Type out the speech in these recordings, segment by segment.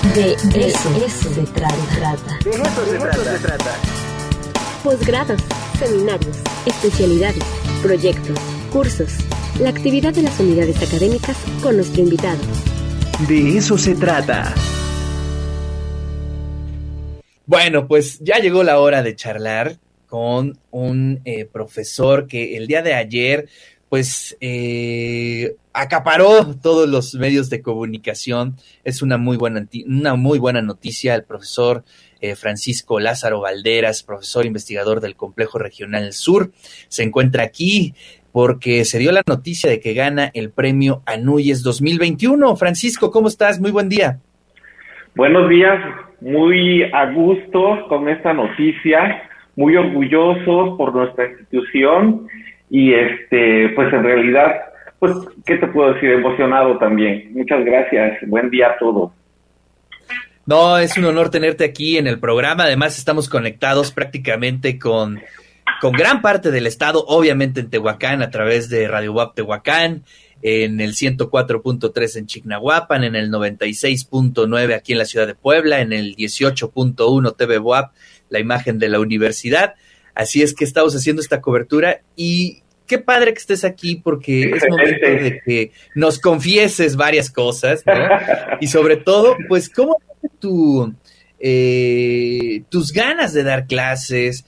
De eso se trata. De eso se trata. Posgrados, seminarios, especialidades, proyectos, cursos, la actividad de las unidades académicas con nuestro invitado. De eso se trata. Bueno, pues ya llegó la hora de charlar con un profesor que el día de ayer, pues, acaparó todos los medios de comunicación. Es una muy buena noticia. El profesor Francisco Lázaro Valderas, profesor investigador del Complejo Regional Sur, se encuentra aquí porque se dio la noticia de que gana el premio Anuyes 2021. Francisco, ¿cómo estás? Muy buen día. Buenos días, muy a gusto con esta noticia, muy orgullosos por nuestra institución y pues en realidad, pues, ¿qué te puedo decir? Emocionado también. Muchas gracias, buen día a todos. No, es un honor tenerte aquí en el programa. Además, estamos conectados prácticamente con gran parte del estado, obviamente en Tehuacán, a través de Radio WAP Tehuacán, en el 104.3 en Chignahuapan, en el 96.9 aquí en la ciudad de Puebla, en el 18.1 TV WAP, la imagen de la universidad. Así es que estamos haciendo esta cobertura y qué padre que estés aquí porque es momento de que nos confieses varias cosas, ¿no? Y sobre todo, pues, ¿cómo tus ganas de dar clases?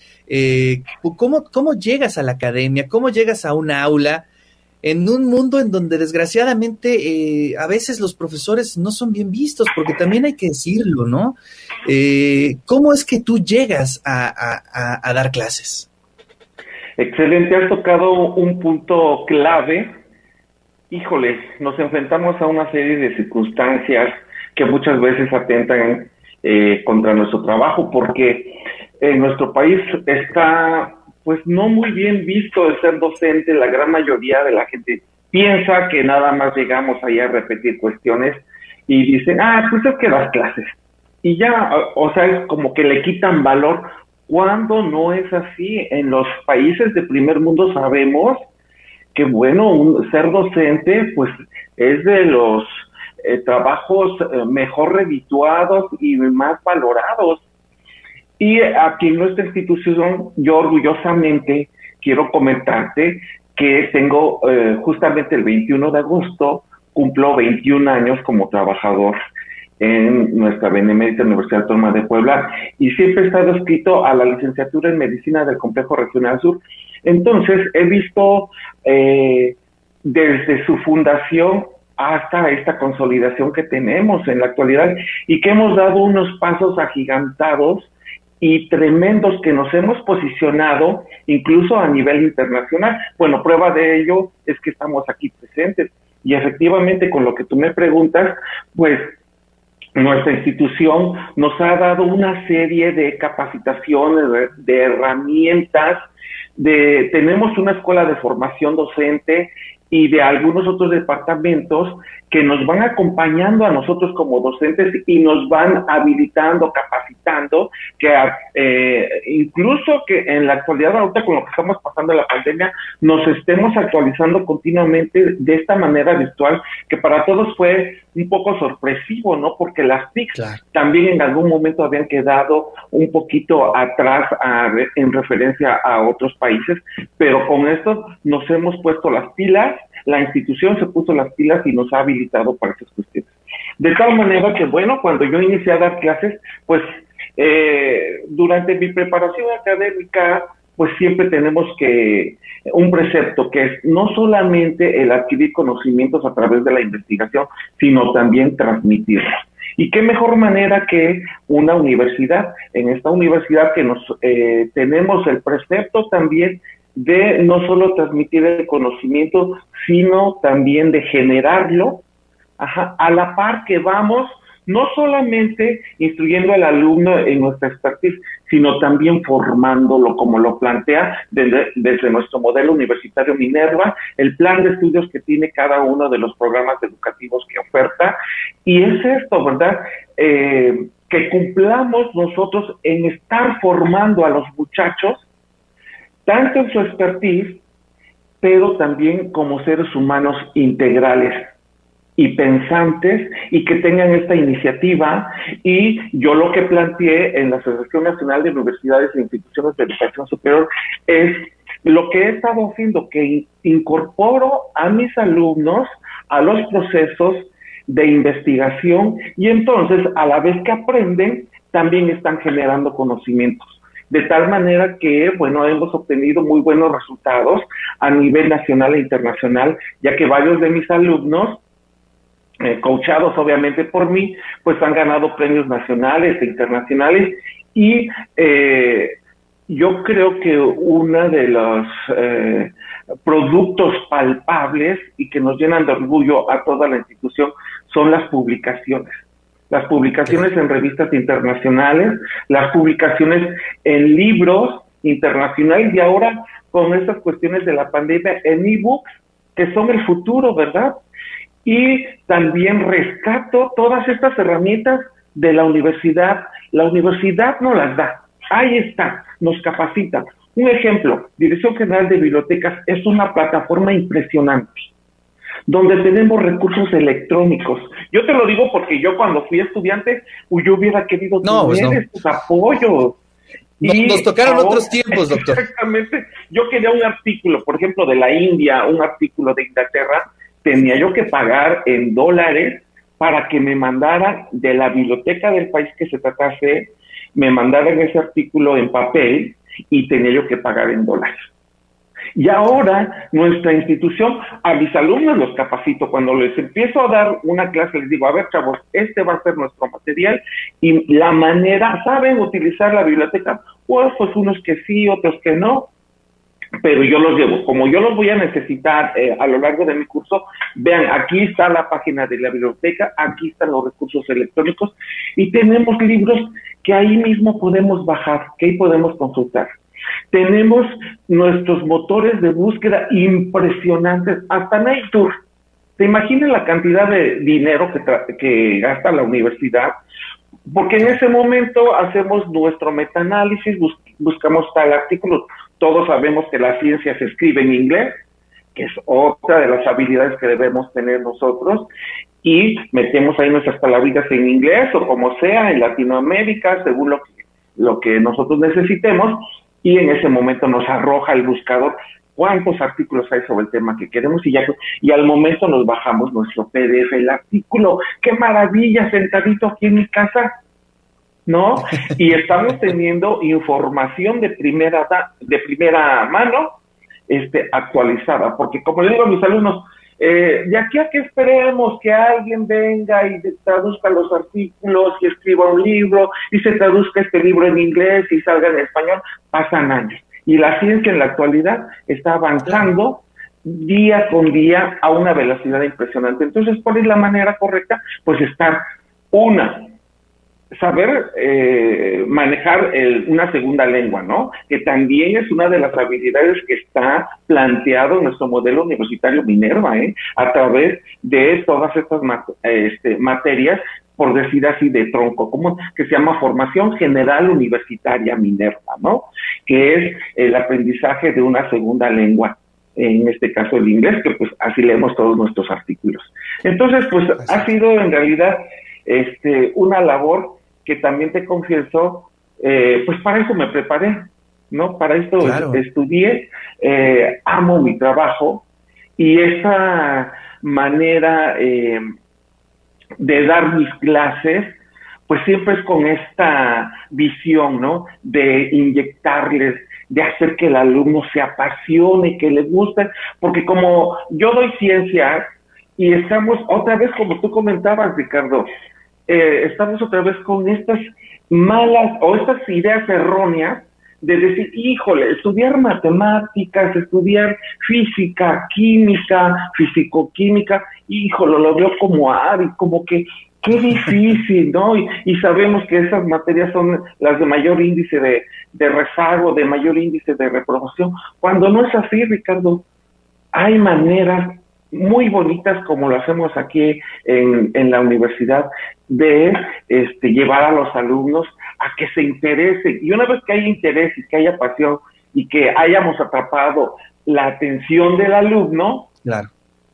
¿Cómo llegas a la academia? ¿Cómo llegas a un aula en un mundo en donde desgraciadamente a veces los profesores no son bien vistos? Porque también hay que decirlo, ¿no? ¿Cómo es que tú llegas a dar clases? Excelente, has tocado un punto clave. Híjole, nos enfrentamos a una serie de circunstancias que muchas veces atentan contra nuestro trabajo, porque en nuestro país está, pues, no muy bien visto el ser docente. La gran mayoría de la gente piensa que nada más llegamos ahí a repetir cuestiones y dicen, pues es que das clases. Y ya, o sea, es como que le quitan valor, cuando no es así. En los países de primer mundo sabemos que, bueno, ser docente, pues, es de los trabajos mejor redituados y más valorados. Y aquí en nuestra institución, yo orgullosamente quiero comentarte que tengo justamente el 21 de agosto, cumplo 21 años como trabajador en nuestra Benemérita Universidad Autónoma de Puebla y siempre he estado inscrito a la licenciatura en Medicina del Complejo Regional Sur. Entonces, he visto desde su fundación hasta esta consolidación que tenemos en la actualidad y que hemos dado unos pasos agigantados y tremendos, que nos hemos posicionado incluso a nivel internacional. Bueno, prueba de ello es que estamos aquí presentes y efectivamente, con lo que tú me preguntas, pues nuestra institución nos ha dado una serie de capacitaciones, de herramientas, tenemos una escuela de formación docente y de algunos otros departamentos que nos van acompañando a nosotros como docentes y nos van habilitando, capacitando, que incluso que en la actualidad, ahorita con lo que estamos pasando en la pandemia, nos estemos actualizando continuamente de esta manera virtual, que para todos fue un poco sorpresivo, ¿no? Porque las TIC también en algún momento habían quedado un poquito atrás en referencia a otros países, pero con esto nos hemos puesto las pilas, la institución se puso las pilas y nos ha habilitado para esas cuestiones. De tal manera que, bueno, cuando yo inicié a dar clases, pues durante mi preparación académica, pues siempre tenemos un precepto que es no solamente el adquirir conocimientos a través de la investigación, sino también transmitirlos. Y qué mejor manera que una universidad. En esta universidad que tenemos el precepto también de no solo transmitir el conocimiento, sino también de generarlo, a la par que vamos no solamente instruyendo al alumno en nuestra expertise, sino también formándolo, como lo plantea desde nuestro modelo universitario Minerva, el plan de estudios que tiene cada uno de los programas educativos que oferta. Y es esto, ¿verdad? Que cumplamos nosotros en estar formando a los muchachos, tanto en su expertise, pero también como seres humanos integrales. y pensantes y que tengan esta iniciativa. Y yo lo que planteé en la Asociación Nacional de Universidades e Instituciones de Educación Superior es lo que he estado haciendo, que incorporo a mis alumnos a los procesos de investigación, y entonces a la vez que aprenden también están generando conocimientos, de tal manera que, bueno, hemos obtenido muy buenos resultados a nivel nacional e internacional, ya que varios de mis alumnos, coachados obviamente por mí, pues han ganado premios nacionales e internacionales. Y yo creo que uno de los productos palpables y que nos llenan de orgullo a toda la institución son las publicaciones. Las publicaciones en revistas internacionales, las publicaciones en libros internacionales, y ahora con estas cuestiones de la pandemia en ebooks, que son el futuro, ¿verdad? Y también rescato todas estas herramientas de la universidad. La universidad nos las da, ahí está, nos capacita. Un ejemplo, Dirección General de Bibliotecas es una plataforma impresionante, donde tenemos recursos electrónicos. Yo te lo digo porque yo cuando fui estudiante, yo hubiera querido tener estos apoyos. Nos tocaron otros tiempos, doctor. Exactamente. Yo quería un artículo, por ejemplo, de la India, un artículo de Inglaterra, tenía yo que pagar en dólares para que me mandaran de la biblioteca del país que se tratase, me mandaran ese artículo en papel, y tenía yo que pagar en dólares. Y ahora nuestra institución, a mis alumnos los capacito. Cuando les empiezo a dar una clase, les digo, a ver, chavos, este va a ser nuestro material, y la manera, ¿saben utilizar la biblioteca? Pues unos que sí, otros que no, pero yo los llevo. Como yo los voy a necesitar a lo largo de mi curso, vean, aquí está la página de la biblioteca, aquí están los recursos electrónicos, y tenemos libros que ahí mismo podemos bajar, que ahí podemos consultar. Tenemos nuestros motores de búsqueda impresionantes, hasta Nature. ¿Te imaginas la cantidad de dinero que gasta la universidad? Porque en ese momento hacemos nuestro metaanálisis, buscamos tal artículo. Todos sabemos que la ciencia se escribe en inglés, que es otra de las habilidades que debemos tener nosotros, y metemos ahí nuestras palabritas en inglés o como sea, en Latinoamérica, según lo que nosotros necesitemos, y en ese momento nos arroja el buscador cuántos artículos hay sobre el tema que queremos, y al momento nos bajamos nuestro PDF, el artículo. ¡Qué maravilla! Sentadito aquí en mi casa, ¿no? Y estamos teniendo información de primera mano, actualizada, porque como le digo a mis alumnos, de aquí a que esperemos que alguien venga y traduzca los artículos y escriba un libro y se traduzca este libro en inglés y salga en español, pasan años. Y la ciencia en la actualidad está avanzando día con día a una velocidad impresionante. Entonces, ¿cuál es la manera correcta? Pues saber manejar una segunda lengua, ¿no? Que también es una de las habilidades que está planteado en nuestro modelo universitario Minerva, a través de todas estas materias, por decir así, de tronco común, que se llama Formación General Universitaria Minerva, ¿no? Que es el aprendizaje de una segunda lengua, en este caso el inglés, que pues así leemos todos nuestros artículos. Entonces, pues ha sido en realidad una labor que también te confieso, pues para eso me preparé, ¿no? Para esto estudié, amo mi trabajo, y esa manera de dar mis clases, pues siempre es con esta visión, ¿no? De inyectarles, de hacer que el alumno se apasione, que le guste, porque como yo doy ciencias, y estamos otra vez, como tú comentabas, Ricardo, estamos otra vez con estas malas o estas ideas erróneas de decir, híjole, estudiar matemáticas, estudiar física, química, fisicoquímica, híjole, lo veo como como que qué difícil, ¿no? Y sabemos que esas materias son las de mayor índice de rezago, de mayor índice de reprobación, cuando no es así, Ricardo. Hay maneras muy bonitas, como lo hacemos aquí en la universidad, de llevar a los alumnos a que se interesen. Y una vez que haya interés y que haya pasión y que hayamos atrapado la atención del alumno, claro,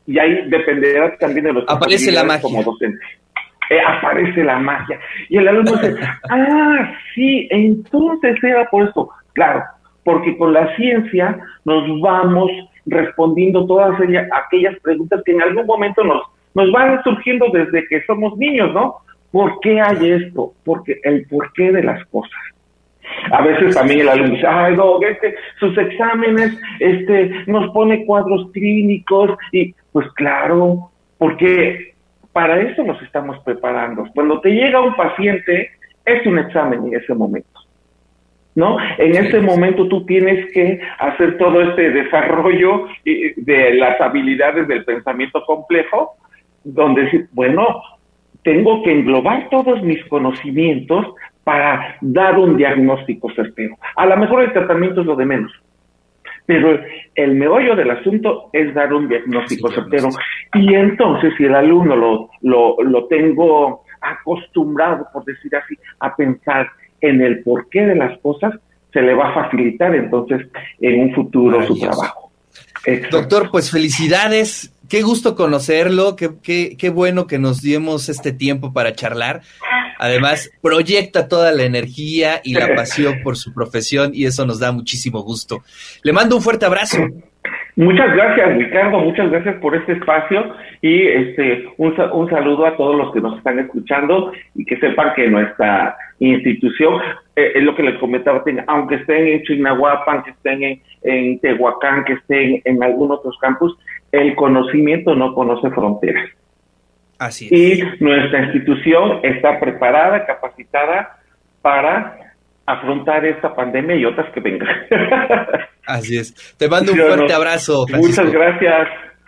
Y ahí dependerá también de los aparece la magia como docente. Aparece la magia. Y el alumno dice, sí, entonces era por esto. Claro, porque con la ciencia nos vamos respondiendo todas aquellas preguntas que en algún momento nos van surgiendo desde que somos niños, ¿no? ¿Por qué hay esto? Porque el porqué de las cosas. A veces también el alumno dice, no, sus exámenes, nos pone cuadros clínicos, y pues claro, porque para eso nos estamos preparando. Cuando te llega un paciente, es un examen en ese momento, ¿no? En ese momento tú tienes que hacer todo este desarrollo de las habilidades del pensamiento complejo, donde decir, bueno, tengo que englobar todos mis conocimientos para dar un diagnóstico certero. A lo mejor el tratamiento es lo de menos, pero el meollo del asunto es dar un diagnóstico certero. Y entonces, si el alumno lo tengo acostumbrado, por decir así, a pensar en el porqué de las cosas, se le va a facilitar entonces en un futuro su trabajo. Exacto. Doctor, pues felicidades, qué gusto conocerlo, qué bueno que nos dimos este tiempo para charlar. Además, proyecta toda la energía y la pasión por su profesión y eso nos da muchísimo gusto. Le mando un fuerte abrazo. Muchas gracias, Ricardo, muchas gracias por este espacio y un saludo a todos los que nos están escuchando y que sepan que nuestra institución, es lo que les comentaba, aunque estén en Chignahuapan, que estén en Tehuacán, que estén en algún otros campus, el conocimiento no conoce fronteras. Así es. Y nuestra institución está preparada, capacitada para afrontar esta pandemia y otras que vengan. Así es. Te mando un fuerte abrazo, Francisco. Muchas gracias.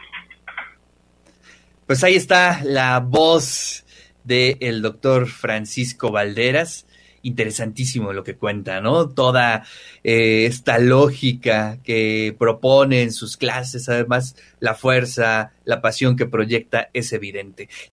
Pues ahí está la voz del doctor Francisco Valderas. Interesantísimo lo que cuenta, ¿no? Toda esta lógica que propone en sus clases, además la fuerza, la pasión que proyecta es evidente.